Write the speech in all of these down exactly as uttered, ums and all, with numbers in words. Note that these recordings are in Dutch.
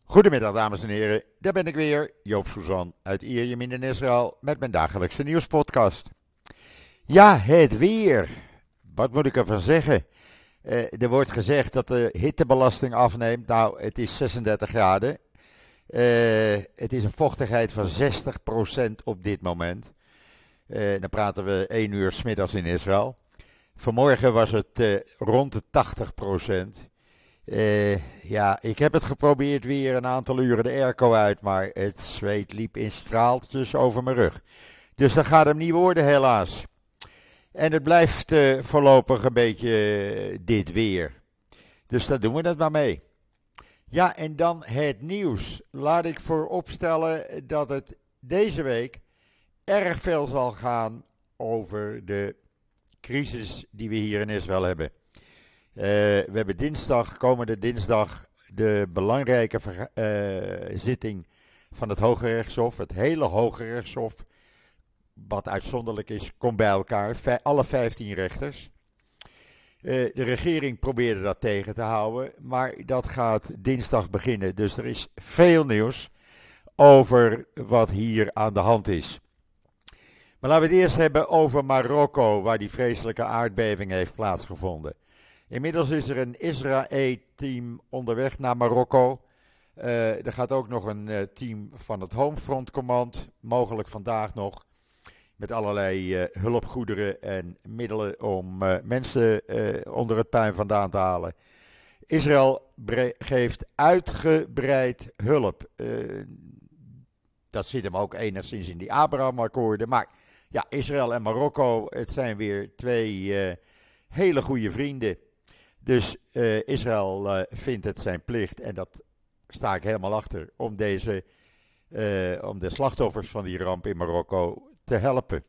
Goedemiddag dames en heren, daar ben ik weer, Joop Suzan uit Ierjemien in Israël met mijn dagelijkse nieuwspodcast. Ja, het weer. Wat moet ik ervan zeggen? Eh, er wordt gezegd dat de hittebelasting afneemt. Nou, het is zesendertig graden. Eh, het is een vochtigheid van zestig procent op dit moment. Eh, dan praten we één uur 's middags in Israël. Vanmorgen was het eh, rond de tachtig procent. Eh, ja, ik heb het geprobeerd weer een aantal uren de airco uit, maar het zweet liep in straaltjes over mijn rug. Dus dat gaat hem niet worden helaas. En het blijft eh, voorlopig een beetje eh, dit weer. Dus daar doen we het maar mee. Ja, en dan het nieuws. Laat ik vooropstellen dat het deze week erg veel zal gaan over de crisis die we hier in Israël hebben. Uh, we hebben dinsdag, komende dinsdag, de belangrijke verga- uh, zitting van het Hoge Rechtshof. Het hele Hoge Rechtshof, wat uitzonderlijk is, komt bij elkaar. Vij- alle vijftien rechters. Uh, de regering probeerde dat tegen te houden, maar dat gaat dinsdag beginnen. Dus er is veel nieuws over wat hier aan de hand is. Maar laten we het eerst hebben over Marokko, waar die vreselijke aardbeving heeft plaatsgevonden. Inmiddels is er een Israël-team onderweg naar Marokko. Uh, er gaat ook nog een uh, team van het Homefront Command, mogelijk vandaag nog, met allerlei uh, hulpgoederen en middelen om uh, mensen uh, onder het puin vandaan te halen. Israël bre- geeft uitgebreid hulp. Uh, dat zit hem ook enigszins in die Abraham-akkoorden. Maar ja, Israël en Marokko, het zijn weer twee uh, hele goede vrienden. Dus uh, Israël uh, vindt het zijn plicht, en dat sta ik helemaal achter, om, deze, uh, om de slachtoffers van die ramp in Marokko te helpen.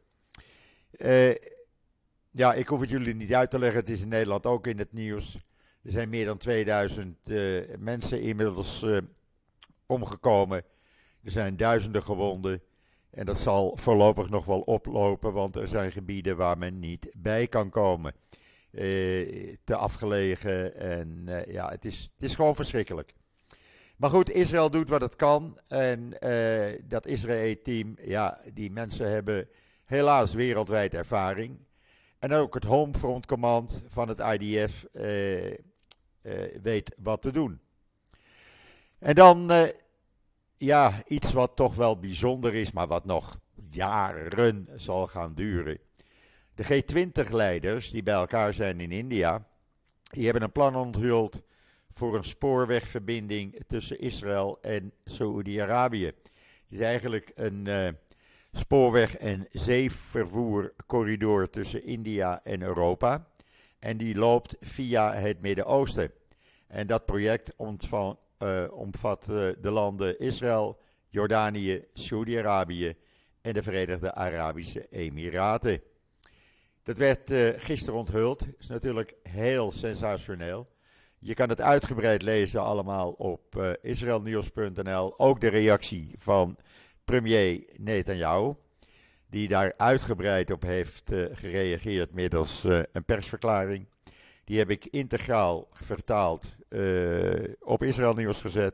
Uh, ja, ik hoef het jullie niet uit te leggen, het is in Nederland ook in het nieuws. Er zijn meer dan tweeduizend uh, mensen inmiddels uh, omgekomen. Er zijn duizenden gewonden. En dat zal voorlopig nog wel oplopen, want er zijn gebieden waar men niet bij kan komen. Uh, te afgelegen en uh, ja, het is, het is gewoon verschrikkelijk. Maar goed, Israël doet wat het kan en uh, dat Israël-team, ja, die mensen hebben helaas wereldwijd ervaring. En ook het Homefront Command van het I D F uh, uh, weet wat te doen. En dan, uh, ja, iets wat toch wel bijzonder is, maar wat nog jaren zal gaan duren. De G twintig-leiders die bij elkaar zijn in India, die hebben een plan onthuld voor een spoorwegverbinding tussen Israël en Saoedi-Arabië. Het is eigenlijk een uh, spoorweg- en zeevervoercorridor tussen India en Europa. En die loopt via het Midden-Oosten. En dat project omvat, uh, omvat uh, de landen Israël, Jordanië, Saoedi-Arabië en de Verenigde Arabische Emiraten. Dat werd uh, gisteren onthuld. Dat is natuurlijk heel sensationeel. Je kan het uitgebreid lezen allemaal op uh, israelnieuws punt n l. Ook de reactie van premier Netanyahu, die daar uitgebreid op heeft uh, gereageerd middels uh, een persverklaring. Die heb ik integraal vertaald uh, op Israël Nieuws gezet.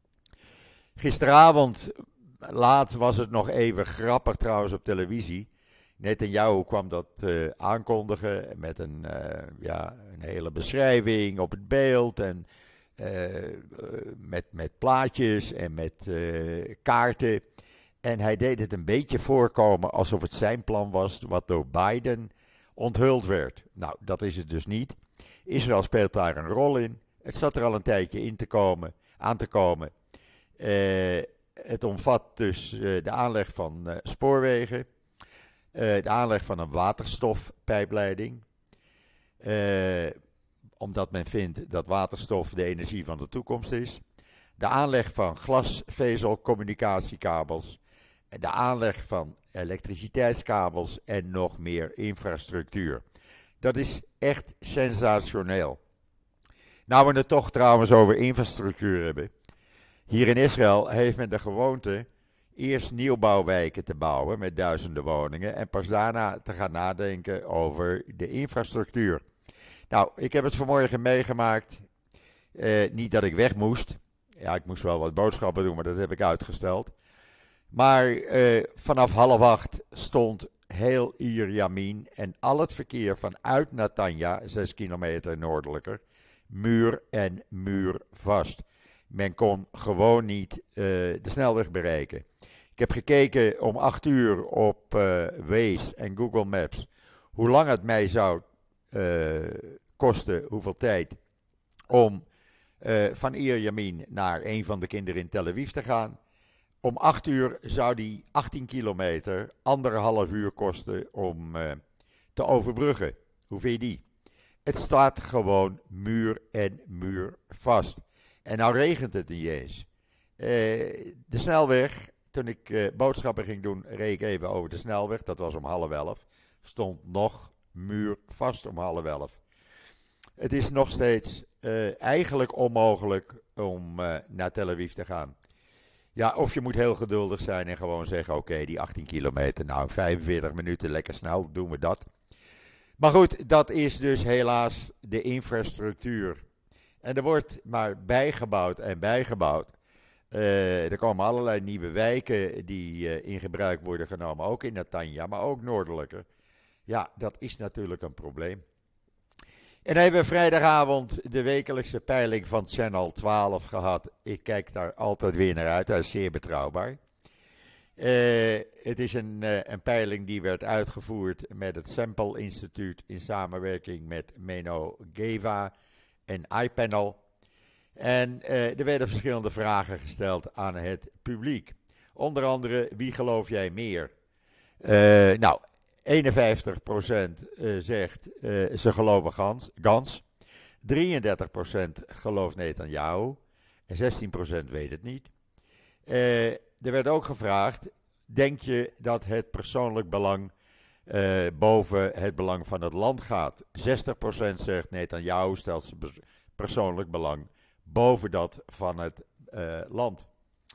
Gisteravond laat was het nog even grappig trouwens op televisie. Netanyahu kwam dat uh, aankondigen met een, uh, ja, een hele beschrijving op het beeld en uh, uh, met, met plaatjes en met uh, kaarten. En hij deed het een beetje voorkomen alsof het zijn plan was wat door Biden onthuld werd. Nou, dat is het dus niet. Israël speelt daar een rol in. Het zat er al een tijdje in te komen, aan te komen. Uh, het omvat dus uh, de aanleg van uh, spoorwegen. Uh, de aanleg van een waterstofpijpleiding. Uh, omdat men vindt dat waterstof de energie van de toekomst is. De aanleg van glasvezelcommunicatiekabels. De aanleg van elektriciteitskabels en nog meer infrastructuur. Dat is echt sensationeel. Nou, we het toch trouwens over infrastructuur hebben. Hier in Israël heeft men de gewoonte eerst nieuwbouwwijken te bouwen met duizenden woningen en pas daarna te gaan nadenken over de infrastructuur. Nou, ik heb het vanmorgen meegemaakt. Uh, niet dat ik weg moest. Uh, ja, ik moest wel wat boodschappen doen, maar dat heb ik uitgesteld. Maar uh, vanaf half acht stond heel Ierjemien en al het verkeer vanuit Netanya, zes kilometer noordelijker, muur en muur vast. Men kon gewoon niet uh, de snelweg bereiken. Ik heb gekeken om acht uur op uh, Waze en Google Maps hoe lang het mij zou uh, kosten, hoeveel tijd, om uh, van Ierjemien naar een van de kinderen in Tel Aviv te gaan. Om acht uur zou die achttien kilometer anderhalf uur kosten om uh, te overbruggen. Hoe vind je die? Het staat gewoon muur en muur vast. En nou regent het niet eens. Uh, de snelweg, toen ik uh, boodschappen ging doen, reed ik even over de snelweg. Dat was om half elf. Stond nog muur vast om half elf. Het is nog steeds uh, eigenlijk onmogelijk om uh, naar Tel Aviv te gaan. Ja, of je moet heel geduldig zijn en gewoon zeggen, oké, okay, die achttien kilometer, nou vijfenveertig minuten, lekker snel, doen we dat. Maar goed, dat is dus helaas de infrastructuur. En er wordt maar bijgebouwd en bijgebouwd. Uh, er komen allerlei nieuwe wijken die uh, in gebruik worden genomen, ook in Netanya, maar ook noordelijker. Ja, dat is natuurlijk een probleem. En dan hebben we vrijdagavond de wekelijkse peiling van Channel twaalf gehad. Ik kijk daar altijd weer naar uit, hij is zeer betrouwbaar. Uh, het is een, uh, een peiling die werd uitgevoerd met het Sample Instituut in samenwerking met Meno Geva en iPanel. En uh, er werden verschillende vragen gesteld aan het publiek. Onder andere, wie geloof jij meer? Uh, nou, eenenvijftig procent uh, zegt uh, ze geloven Gans, Gans. drieëndertig procent gelooft Netanyahu. En zestien procent weet het niet. Uh, er werd ook gevraagd, denk je dat het persoonlijk belang uh, boven het belang van het land gaat? zestig procent zegt Netanyahu stelt zijn persoonlijk belang boven dat van het uh, land.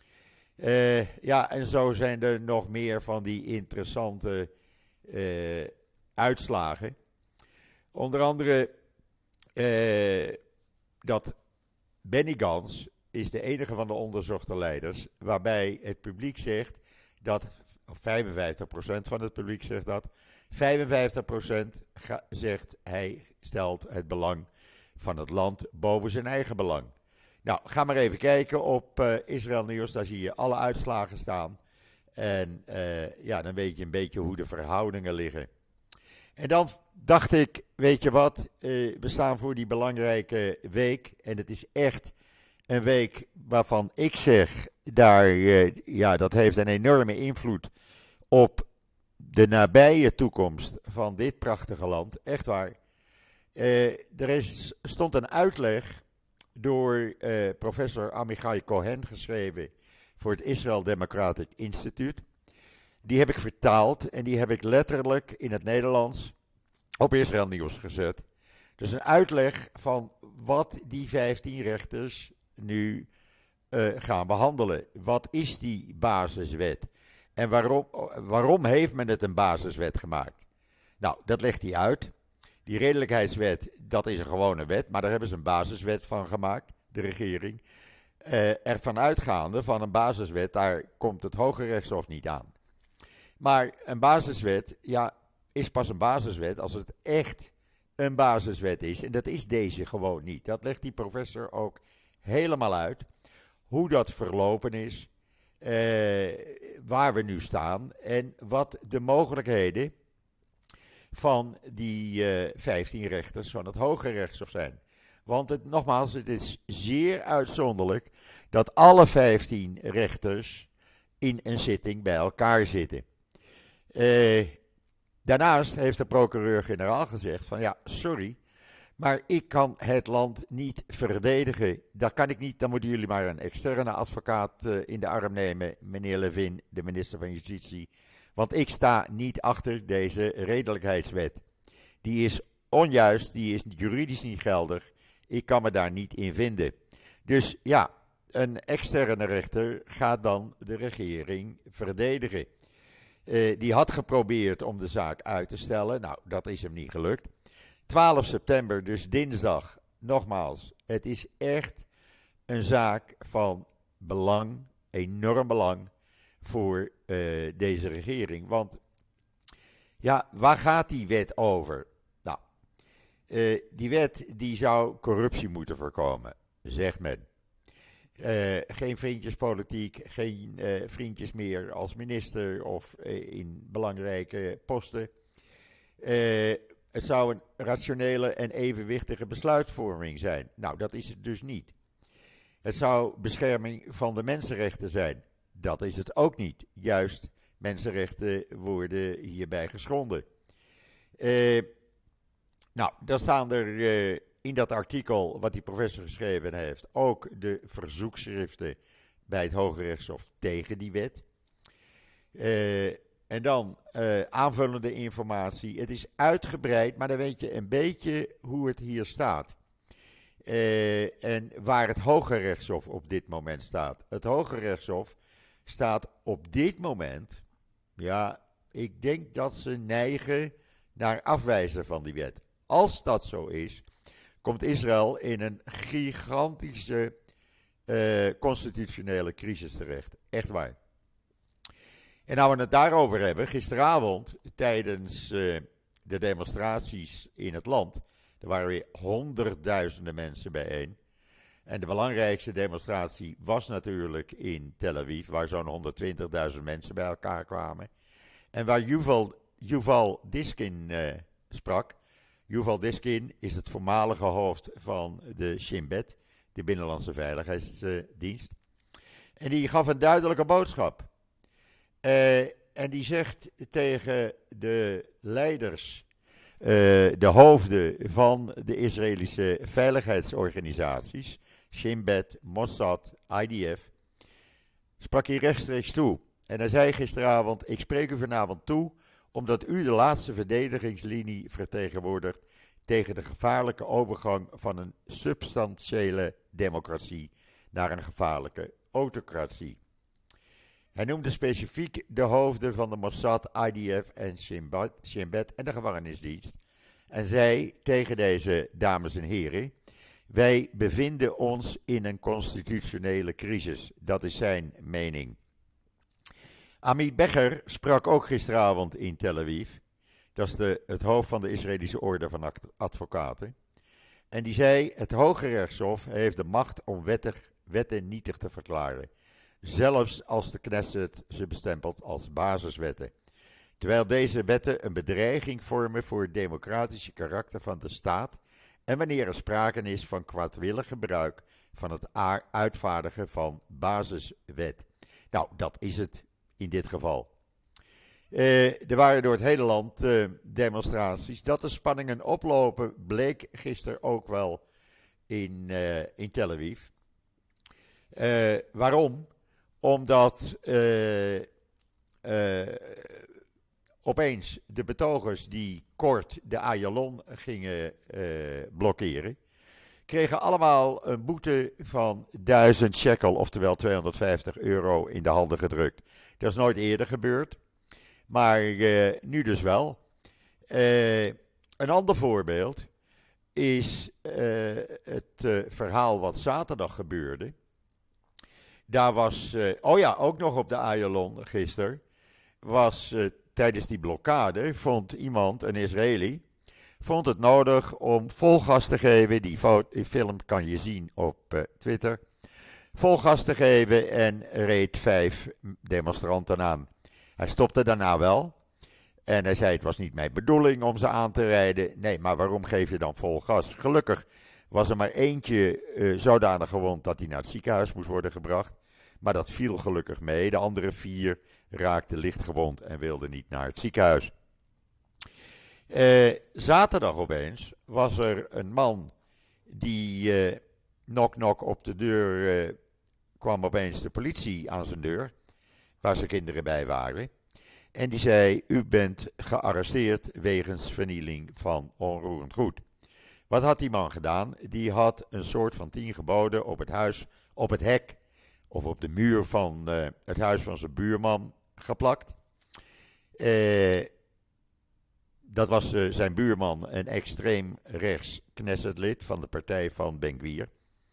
Uh, ja, en zo zijn er nog meer van die interessante uh, uitslagen. Onder andere uh, dat Benny Gantz is de enige van de onderzochte leiders waarbij het publiek zegt dat, of vijfenvijftig procent van het publiek zegt dat, vijfenvijftig procent ga, zegt hij stelt het belang van het land boven zijn eigen belang. Nou, ga maar even kijken op uh, Israël Nieuws, daar zie je alle uitslagen staan. En uh, ja, dan weet je een beetje hoe de verhoudingen liggen. En dan dacht ik, weet je wat, uh, we staan voor die belangrijke week. En het is echt een week waarvan ik zeg, daar, uh, ja, dat heeft een enorme invloed op de nabije toekomst van dit prachtige land. Echt waar. Uh, er is, stond een uitleg door uh, professor Amichai Cohen geschreven voor het Israel Democratic Institute. Die heb ik vertaald en die heb ik letterlijk in het Nederlands op Israël Nieuws gezet. Dus een uitleg van wat die vijftien rechters nu uh, gaan behandelen. Wat is die basiswet? En waarom, waarom heeft men het een basiswet gemaakt? Nou, dat legt hij uit. Die redelijkheidswet, dat is een gewone wet, maar daar hebben ze een basiswet van gemaakt, de regering. Uh, ervan uitgaande van een basiswet, daar komt het Hoge Rechtshof niet aan. Maar een basiswet, ja, is pas een basiswet als het echt een basiswet is. En dat is deze gewoon niet. Dat legt die professor ook helemaal uit. Hoe dat verlopen is, uh, waar we nu staan en wat de mogelijkheden van die uh, vijftien rechters van het Hoge Rechtshof zijn. Want het, nogmaals, het is zeer uitzonderlijk dat alle vijftien rechters in een zitting bij elkaar zitten. Uh, daarnaast heeft de procureur-generaal gezegd van ja, sorry, maar ik kan het land niet verdedigen. Dat kan ik niet, dan moeten jullie maar een externe advocaat uh, in de arm nemen, meneer Levin, de minister van Justitie. Want ik sta niet achter deze redelijkheidswet. Die is onjuist, die is juridisch niet geldig. Ik kan me daar niet in vinden. Dus ja, een externe rechter gaat dan de regering verdedigen. Uh, die had geprobeerd om de zaak uit te stellen. Nou, dat is hem niet gelukt. twaalf september, dus dinsdag, nogmaals, het is echt een zaak van belang, enorm belang voor uh, deze regering. Want ja, waar gaat die wet over? Nou, uh, die wet die zou corruptie moeten voorkomen, zegt men. Uh, geen vriendjespolitiek, geen uh, vriendjes meer als minister of uh, in belangrijke posten. Uh, het zou een rationele en evenwichtige besluitvorming zijn. Nou, dat is het dus niet. Het zou bescherming van de mensenrechten zijn. Dat is het ook niet. Juist, mensenrechten worden hierbij geschonden. Uh, nou, dan staan er uh, in dat artikel wat die professor geschreven heeft ook de verzoekschriften bij het Hoge Rechtshof tegen die wet. Uh, en dan uh, aanvullende informatie. Het is uitgebreid, maar dan weet je een beetje hoe het hier staat. Uh, en waar het Hoge Rechtshof op dit moment staat. Het Hoge Rechtshof staat op dit moment, ja, ik denk dat ze neigen naar afwijzen van die wet. Als dat zo is, komt Israël in een gigantische uh, constitutionele crisis terecht. Echt waar. En nou we het daarover hebben, gisteravond tijdens uh, de demonstraties in het land, er waren weer honderdduizenden mensen bijeen. En de belangrijkste demonstratie was natuurlijk in Tel Aviv, waar zo'n honderdtwintigduizend mensen bij elkaar kwamen. En waar Yuval, Yuval Diskin uh, sprak. Yuval Diskin is het voormalige hoofd van de Shin Bet, de Binnenlandse Veiligheidsdienst. En die gaf een duidelijke boodschap. Uh, en die zegt tegen de leiders, uh, de hoofden van de Israëlische veiligheidsorganisaties, Shin Bet, Mossad, I D F, sprak hij rechtstreeks toe. En hij zei gisteravond, ik spreek u vanavond toe, omdat u de laatste verdedigingslinie vertegenwoordigt tegen de gevaarlijke overgang van een substantiële democratie naar een gevaarlijke autocratie. Hij noemde specifiek de hoofden van de Mossad, I D F en Shin Bet en de gevangenisdienst. En zei tegen deze dames en heren, wij bevinden ons in een constitutionele crisis. Dat is zijn mening. Amit Becher sprak ook gisteravond in Tel Aviv. Dat is de, het hoofd van de Israëlische Orde van Advocaten. En die zei, het Hoge Rechtshof heeft de macht om wettig, wetten nietig te verklaren. Zelfs als de Knesset ze bestempelt als basiswetten. Terwijl deze wetten een bedreiging vormen voor het democratische karakter van de staat en wanneer er sprake is van kwaadwillig gebruik van het uitvaardigen van basiswet. Nou, dat is het in dit geval. Uh, er waren door het hele land uh, demonstraties. Dat de spanningen oplopen bleek gisteren ook wel in, uh, in Tel Aviv. Uh, waarom? Omdat uh, uh, opeens de betogers die kort de Ayalon gingen uh, blokkeren, kregen allemaal een boete van duizend shekel, oftewel tweehonderdvijftig euro in de handen gedrukt. Dat is nooit eerder gebeurd, maar uh, nu dus wel. Uh, een ander voorbeeld is uh, het uh, verhaal wat zaterdag gebeurde. Daar was, uh, oh ja, ook nog op de Ayalon gisteren, was uh, tijdens die blokkade, vond iemand, een Israëli, vond het nodig om vol gas te geven, die, foto, die film kan je zien op uh, Twitter, vol gas te geven en reed vijf demonstranten aan. Hij stopte daarna wel en hij zei het was niet mijn bedoeling om ze aan te rijden. Nee, maar waarom geef je dan vol gas? Gelukkig was er maar eentje uh, zodanig gewond dat hij naar het ziekenhuis moest worden gebracht. Maar dat viel gelukkig mee. De andere vier raakten licht gewond en wilden niet naar het ziekenhuis. Uh, zaterdag opeens was er een man die uh, knock knock op de deur uh, kwam opeens de politie aan zijn deur, waar zijn kinderen bij waren. En die zei, u bent gearresteerd wegens vernieling van onroerend goed. Wat had die man gedaan? Die had een soort van tien geboden op het huis, op het hek of op de muur van uh, het huis van zijn buurman geplakt. Uh, dat was uh, zijn buurman, een extreem rechts Knessetlid van de partij van Ben-Gvir.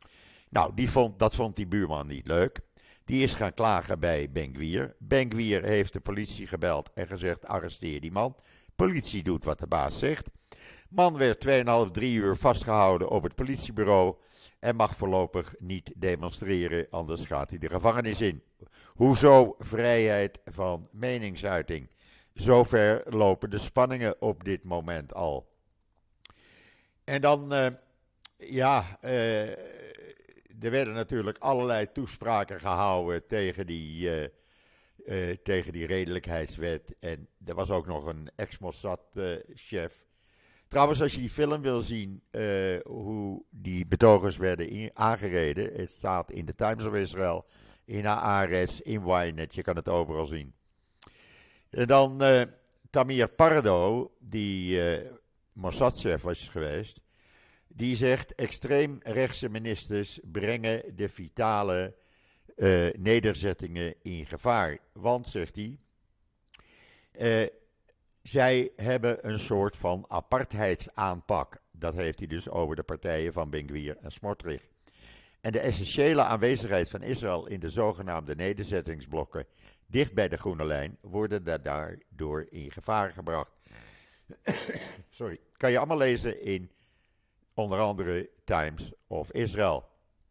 Nou, die vond, dat vond die buurman niet leuk. Die is gaan klagen bij Ben-Gvir. Ben-Gvir heeft de politie gebeld en gezegd: arresteer die man. Politie doet wat de baas zegt. Man werd tweeënhalf, drie uur vastgehouden op het politiebureau en mag voorlopig niet demonstreren, anders gaat hij de gevangenis in. Hoezo vrijheid van meningsuiting? Zover lopen de spanningen op dit moment al. En dan, uh, ja, uh, er werden natuurlijk allerlei toespraken gehouden tegen die, uh, uh, tegen die redelijkheidswet. En er was ook nog een ex-Mossad-chef. Uh, Trouwens, als je die film wil zien, uh, hoe die betogers werden in, aangereden, het staat in de Times of Israel, in Haaretz, in Ynet, je kan het overal zien. En dan uh, Tamir Pardo, die uh, Mossad-chef was geweest, die zegt: extreemrechtse ministers brengen de vitale uh, nederzettingen in gevaar. Want, zegt hij, uh, zij hebben een soort van apartheidsaanpak. Dat heeft hij dus over de partijen van Ben-Gvir en Smotrich. En de essentiële aanwezigheid van Israël in de zogenaamde nederzettingsblokken dicht bij de groene lijn worden daardoor in gevaar gebracht. Sorry, kan je allemaal lezen in onder andere Times of Israel.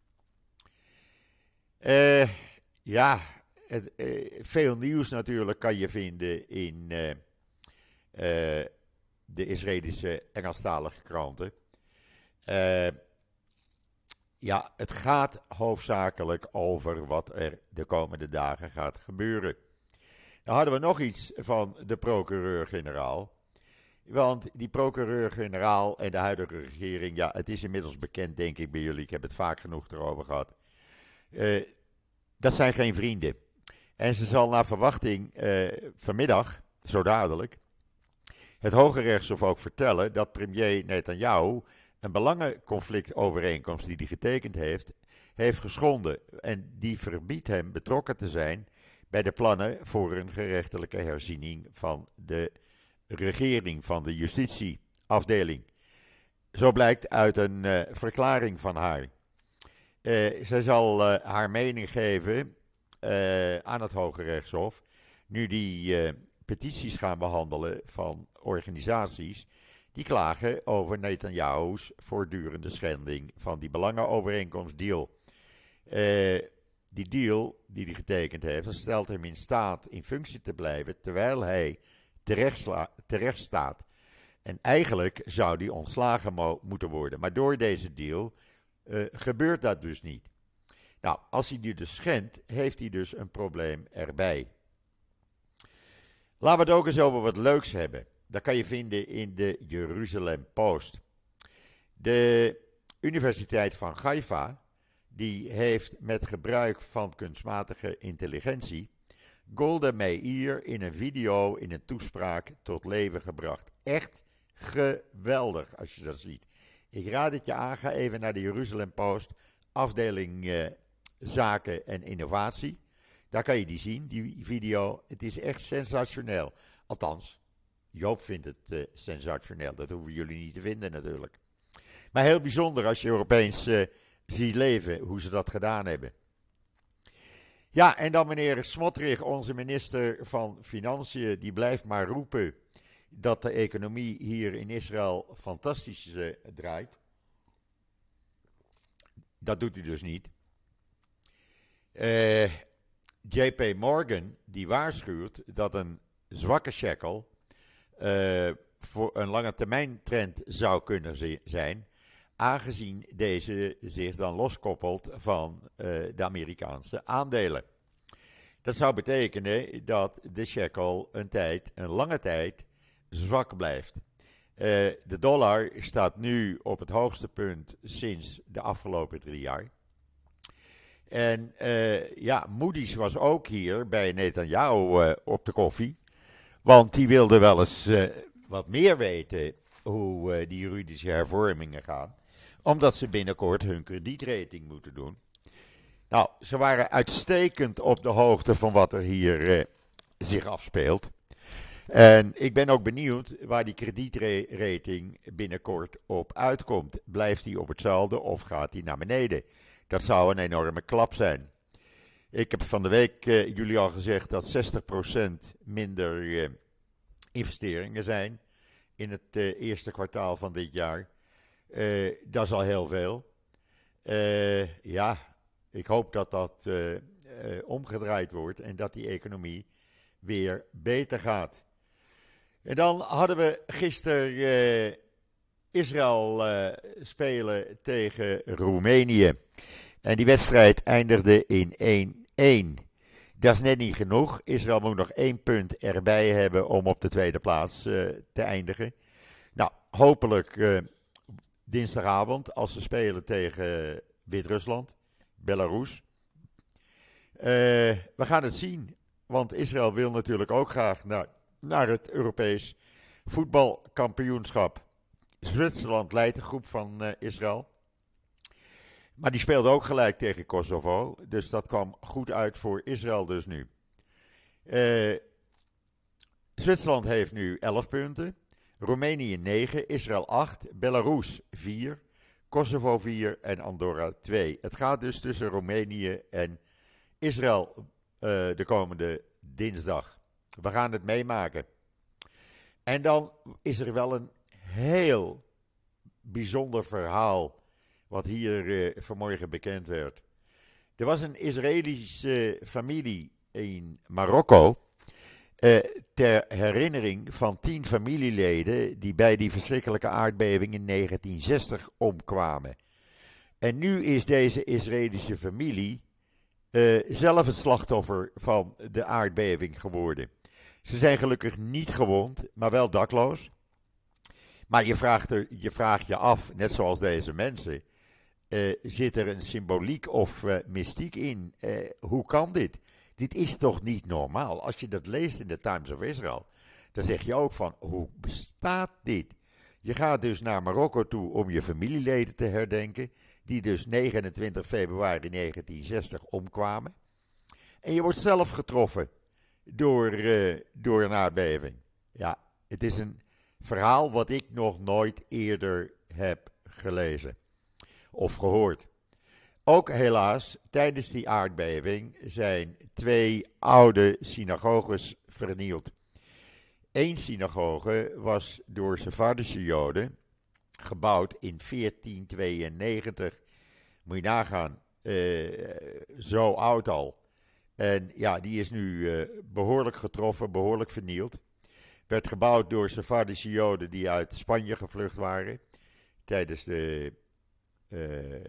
Uh, ja, het, uh, veel nieuws natuurlijk kan je vinden in uh, uh, de Israëlische Engelstalige kranten. Uh, ja, het gaat hoofdzakelijk over wat er de komende dagen gaat gebeuren. Dan hadden we nog iets van de procureur-generaal. Want die procureur-generaal en de huidige regering, ja, het is inmiddels bekend, denk ik, bij jullie. Ik heb het vaak genoeg erover gehad. Uh, dat zijn geen vrienden. En ze zal naar verwachting uh, vanmiddag, zo dadelijk, het Hoge Rechtshof ook vertellen dat premier Netanyahu een belangenconflictovereenkomst die hij getekend heeft, heeft geschonden. En die verbiedt hem betrokken te zijn bij de plannen voor een gerechtelijke herziening van de regering, van de justitieafdeling. Zo blijkt uit een uh, verklaring van haar. Uh, zij zal uh, haar mening geven uh, aan het Hoge Rechtshof, nu die uh, petities gaan behandelen van organisaties die klagen over Netanyahu's voortdurende schending van die belangenovereenkomstdeal. Uh, die deal die hij getekend heeft, dat stelt hem in staat in functie te blijven terwijl hij terecht, sla- terecht staat. En eigenlijk zou die ontslagen mo- moeten worden. Maar door deze deal uh, gebeurt dat dus niet. Nou, als hij die dus schendt, heeft hij dus een probleem erbij. Laten we het ook eens over wat leuks hebben. Dat kan je vinden in de Jeruzalem Post. De Universiteit van Haifa, die heeft met gebruik van kunstmatige intelligentie Golda Meir in een video, in een toespraak tot leven gebracht. Echt geweldig als je dat ziet. Ik raad het je aan, ga even naar de Jeruzalem Post, afdeling uh, Zaken en Innovatie. Daar kan je die zien, die video. Het is echt sensationeel. Althans, Joop vindt het uh, sensationeel. Dat hoeven jullie niet te vinden natuurlijk. Maar heel bijzonder als je Europees uh, ziet leven, hoe ze dat gedaan hebben. Ja, en dan meneer Smotrich, onze minister van Financiën, die blijft maar roepen dat de economie hier in Israël fantastisch uh, draait. Dat doet hij dus niet. Uh, J P Morgan, die waarschuwt dat een zwakke shekel uh, voor een lange termijn trend zou kunnen zi- zijn, aangezien deze zich dan loskoppelt van uh, de Amerikaanse aandelen. Dat zou betekenen dat de shekel een tijd, een lange tijd, zwak blijft. Uh, de dollar staat nu op het hoogste punt sinds de afgelopen drie jaar. En uh, ja, Moody's was ook hier bij Netanyahu uh, op de koffie. Want die wilde wel eens uh, wat meer weten hoe uh, die juridische hervormingen gaan. Omdat ze binnenkort hun kredietrating moeten doen. Nou, ze waren uitstekend op de hoogte van wat er hier uh, zich afspeelt. En ik ben ook benieuwd waar die kredietrating binnenkort op uitkomt. Blijft die op hetzelfde of gaat die naar beneden? Dat zou een enorme klap zijn. Ik heb van de week uh, jullie al gezegd dat zestig procent minder uh, investeringen zijn in het uh, eerste kwartaal van dit jaar. Uh, dat is al heel veel. Uh, ja, ik hoop dat dat uh, uh, omgedraaid wordt en dat die economie weer beter gaat. En dan hadden we gisteren uh, Israël uh, spelen tegen Roemenië. En die wedstrijd eindigde in één-één. Dat is net niet genoeg. Israël moet nog één punt erbij hebben om op de tweede plaats uh, te eindigen. Nou, hopelijk uh, dinsdagavond als ze spelen tegen Wit-Rusland, Belarus. Uh, we gaan het zien, want Israël wil natuurlijk ook graag naar, naar het Europees voetbalkampioenschap. Zwitserland leidt de groep van uh, Israël. Maar die speelde ook gelijk tegen Kosovo. Dus dat kwam goed uit voor Israël dus nu. Uh, Zwitserland heeft nu elf punten. Roemenië negen, Israël acht, Belarus vier, Kosovo vier en Andorra twee. Het gaat dus tussen Roemenië en Israël uh, de komende dinsdag. We gaan het meemaken. En dan is er wel een heel bijzonder verhaal wat hier uh, vanmorgen bekend werd. Er was een Israëlische familie in Marokko uh, ter herinnering van tien familieleden die bij die verschrikkelijke aardbeving in negentien zestig omkwamen. En nu is deze Israëlische familie uh, zelf het slachtoffer van de aardbeving geworden. Ze zijn gelukkig niet gewond, maar wel dakloos. Maar je vraagt, er, je vraagt je af, net zoals deze mensen, uh, zit er een symboliek of uh, mystiek in? Uh, hoe kan dit? Dit is toch niet normaal? Als je dat leest in de Times of Israel, dan zeg je ook van, hoe bestaat dit? Je gaat dus naar Marokko toe om je familieleden te herdenken, die dus negenentwintig februari negentien zestig omkwamen. En je wordt zelf getroffen door, uh, door een aardbeving. Ja, het is een verhaal wat ik nog nooit eerder heb gelezen of gehoord. Ook helaas, tijdens die aardbeving zijn twee oude synagoges vernield. Eén synagoge was door Sephardische Joden gebouwd in veertien tweeënnegentig. Moet je nagaan, uh, zo oud al. En ja, die is nu uh, behoorlijk getroffen, behoorlijk vernield. Werd gebouwd door Sephardische Joden die uit Spanje gevlucht waren tijdens de... Uh, uh,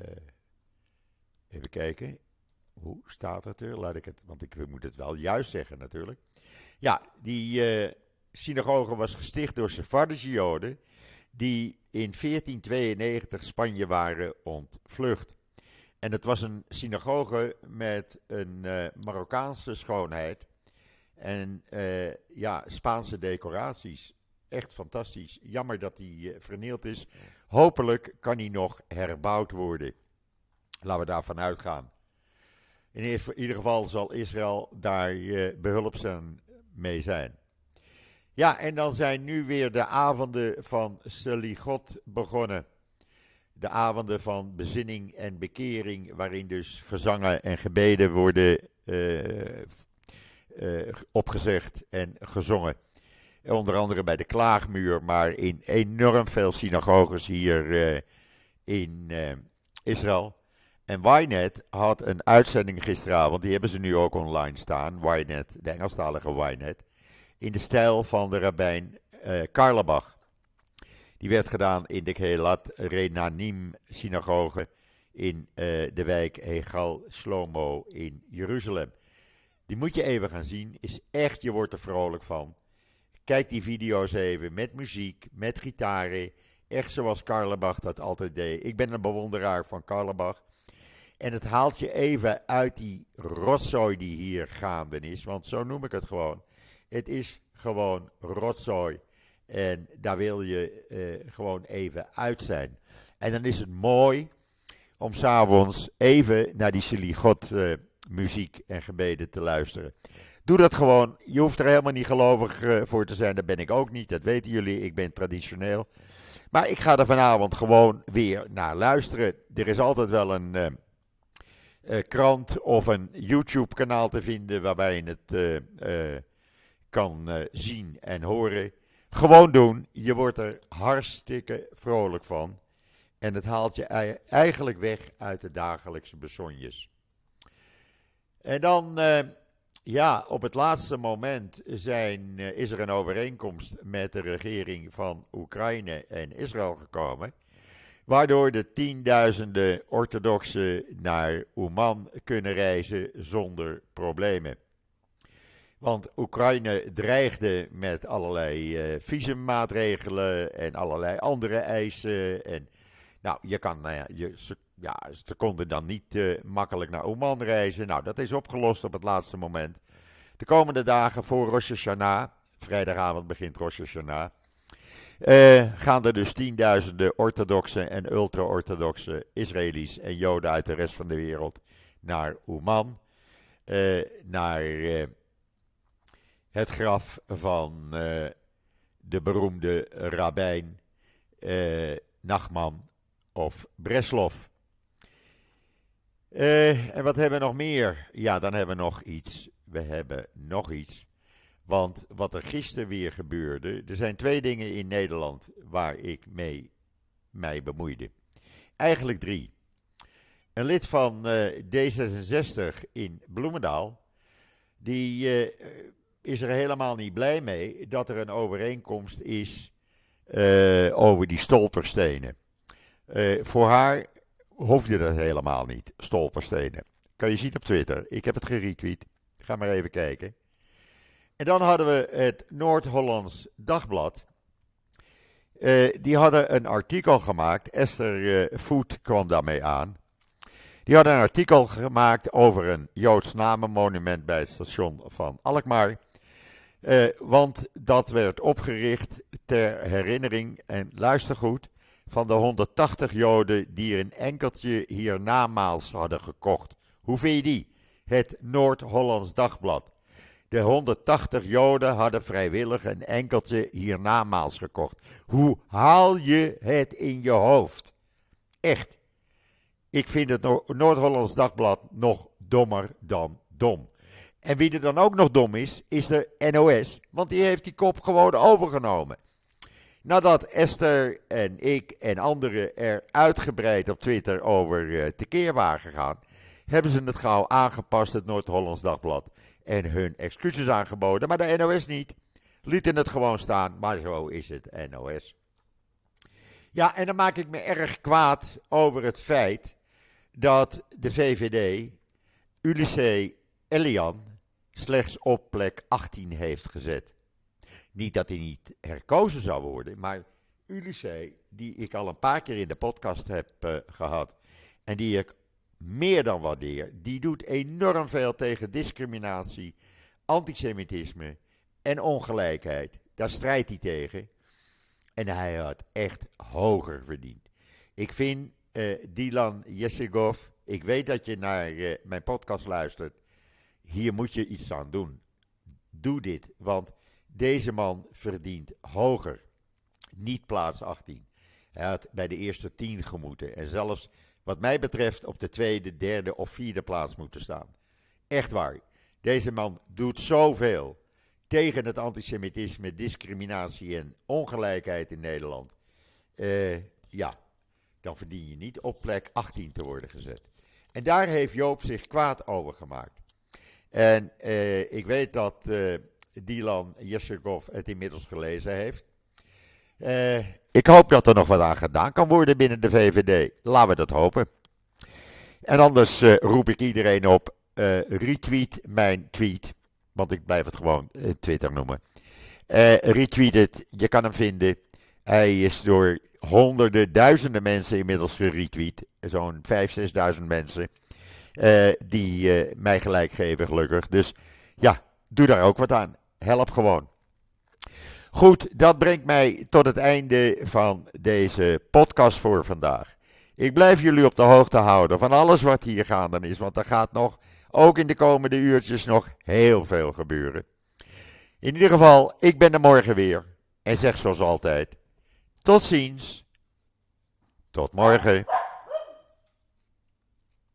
even kijken, hoe staat het er? Laat ik het, want ik moet het wel juist zeggen natuurlijk. Ja, die uh, synagoge was gesticht door Sephardische Joden die in veertien tweeënnegentig Spanje waren ontvlucht. En het was een synagoge met een uh, Marokkaanse schoonheid en uh, ja, Spaanse decoraties. Echt fantastisch. Jammer dat die uh, vernield is. Hopelijk kan die nog herbouwd worden. Laten we daarvan uitgaan. In ieder geval zal Israël daar uh, behulpzaam mee zijn. Ja, en dan zijn nu weer de avonden van Selichot begonnen. De avonden van bezinning en bekering, waarin dus gezangen en gebeden worden uh, uh, opgezegd en gezongen. Onder andere bij de Klaagmuur, maar in enorm veel synagoges hier uh, in uh, Israël. En Ynet had een uitzending gisteravond, die hebben ze nu ook online staan, Ynet, de Engelstalige Ynet, in de stijl van de rabbijn uh, Karlebach. Die werd gedaan in de Kehelat Renanim synagoge in uh, de wijk Hegal Shlomo in Jeruzalem. Die moet je even gaan zien, is echt, je wordt er vrolijk van. Kijk die video's even met muziek, met gitaren, echt zoals Karlebach dat altijd deed. Ik ben een bewonderaar van Karlebach. En het haalt je even uit die rotzooi die hier gaande is, want zo noem ik het gewoon. Het is gewoon rotzooi. En daar wil je uh, gewoon even uit zijn. En dan is het mooi om s'avonds even naar die Selichot uh, muziek en gebeden te luisteren. Doe dat gewoon. Je hoeft er helemaal niet gelovig uh, voor te zijn. Dat ben ik ook niet. Dat weten jullie. Ik ben traditioneel. Maar ik ga er vanavond gewoon weer naar luisteren. Er is altijd wel een uh, uh, krant of een YouTube-kanaal te vinden waarbij je het uh, uh, kan uh, zien en horen. Gewoon doen, je wordt er hartstikke vrolijk van. En het haalt je eigenlijk weg uit de dagelijkse besonjes. En dan, uh, ja, op het laatste moment zijn, uh, is er een overeenkomst met de regering van Oekraïne en Israël gekomen. Waardoor de tienduizenden orthodoxen naar Oman kunnen reizen zonder problemen. Want Oekraïne dreigde met allerlei uh, visummaatregelen en allerlei andere eisen. En nou, je kan, nou ja, je, ze, ja, ze konden dan niet uh, makkelijk naar Oman reizen. Nou, dat is opgelost op het laatste moment. De komende dagen voor Rosh Hashanah, vrijdagavond begint Rosh Hashanah, uh, gaan er dus tienduizenden orthodoxe en ultra-orthodoxe Israëli's en Joden uit de rest van de wereld naar Oman. Uh, naar uh, het graf van uh, de beroemde rabbijn uh, Nachman of Breslov. Uh, en wat hebben we nog meer? Ja, dan hebben we nog iets. We hebben nog iets. Want wat er gisteren weer gebeurde. Er zijn twee dingen in Nederland waar ik mee mij bemoeide. Eigenlijk drie. Een lid van uh, D zesenzestig in Bloemendaal. Die uh, is er helemaal niet blij mee dat er een overeenkomst is uh, over die stolperstenen. Uh, voor haar hoefde dat helemaal niet, stolperstenen. Kan je zien op Twitter. Ik heb het geretweet. Ga maar even kijken. En dan hadden we het Noord-Hollands Dagblad. Uh, die hadden een artikel gemaakt. Esther uh, Voet kwam daarmee aan. Die hadden een artikel gemaakt over een Joods namenmonument bij het station van Alkmaar. Uh, want dat werd opgericht ter herinnering, en luister goed, van de honderdtachtig Joden die er een enkeltje hiernamaals hadden gekocht. Hoe vind je die? Het Noord-Hollands Dagblad. De honderdtachtig Joden hadden vrijwillig een enkeltje hiernamaals gekocht. Hoe haal je het in je hoofd? Echt. Ik vind het Noord-Hollands Dagblad nog dommer dan dom. En wie er dan ook nog dom is, is de N O S. Want die heeft die kop gewoon overgenomen. Nadat Esther en ik en anderen er uitgebreid op Twitter over uh, tekeer waren gegaan, hebben ze het gauw aangepast, het Noord-Hollands Dagblad. En hun excuses aangeboden, maar de N O S niet. Lieten het gewoon staan, maar zo is het N O S. Ja, en dan maak ik me erg kwaad over het feit dat de V V D Ulysses Elian slechts op plek achttien heeft gezet. Niet dat hij niet herkozen zou worden, maar Ulysses, die ik al een paar keer in de podcast heb uh, gehad en die ik meer dan waardeer, die doet enorm veel tegen discriminatie, antisemitisme en ongelijkheid. Daar strijdt hij tegen. En hij had echt hoger verdiend. Ik vind uh, Dylan Yesegov, ik weet dat je naar uh, mijn podcast luistert. Hier moet je iets aan doen. Doe dit, want deze man verdient hoger. Niet plaats achttien. Hij had bij de eerste tien gemoeten. En zelfs wat mij betreft op de tweede, derde of vierde plaats moeten staan. Echt waar. Deze man doet zoveel tegen het antisemitisme, discriminatie en ongelijkheid in Nederland. Uh, ja, dan verdien je niet op plek achttien te worden gezet. En daar heeft Joop zich kwaad over gemaakt. En uh, ik weet dat uh, Dylan Yesegov het inmiddels gelezen heeft. Uh, ik hoop dat er nog wat aan gedaan kan worden binnen de V V D. Laten we dat hopen. En anders uh, roep ik iedereen op, uh, retweet mijn tweet. Want ik blijf het gewoon uh, Twitter noemen. Uh, retweet het, je kan hem vinden. Hij is door honderden, duizenden mensen inmiddels geretweet. Zo'n vijfduizend, zesduizend mensen. Uh, die uh, mij gelijk geven, gelukkig. Dus ja, doe daar ook wat aan. Help gewoon. Goed, dat brengt mij tot het einde van deze podcast voor vandaag. Ik blijf jullie op de hoogte houden van alles wat hier gaande is. Want er gaat nog, ook in de komende uurtjes, nog heel veel gebeuren. In ieder geval, ik ben er morgen weer. En zeg zoals altijd, Tot ziens. Tot morgen.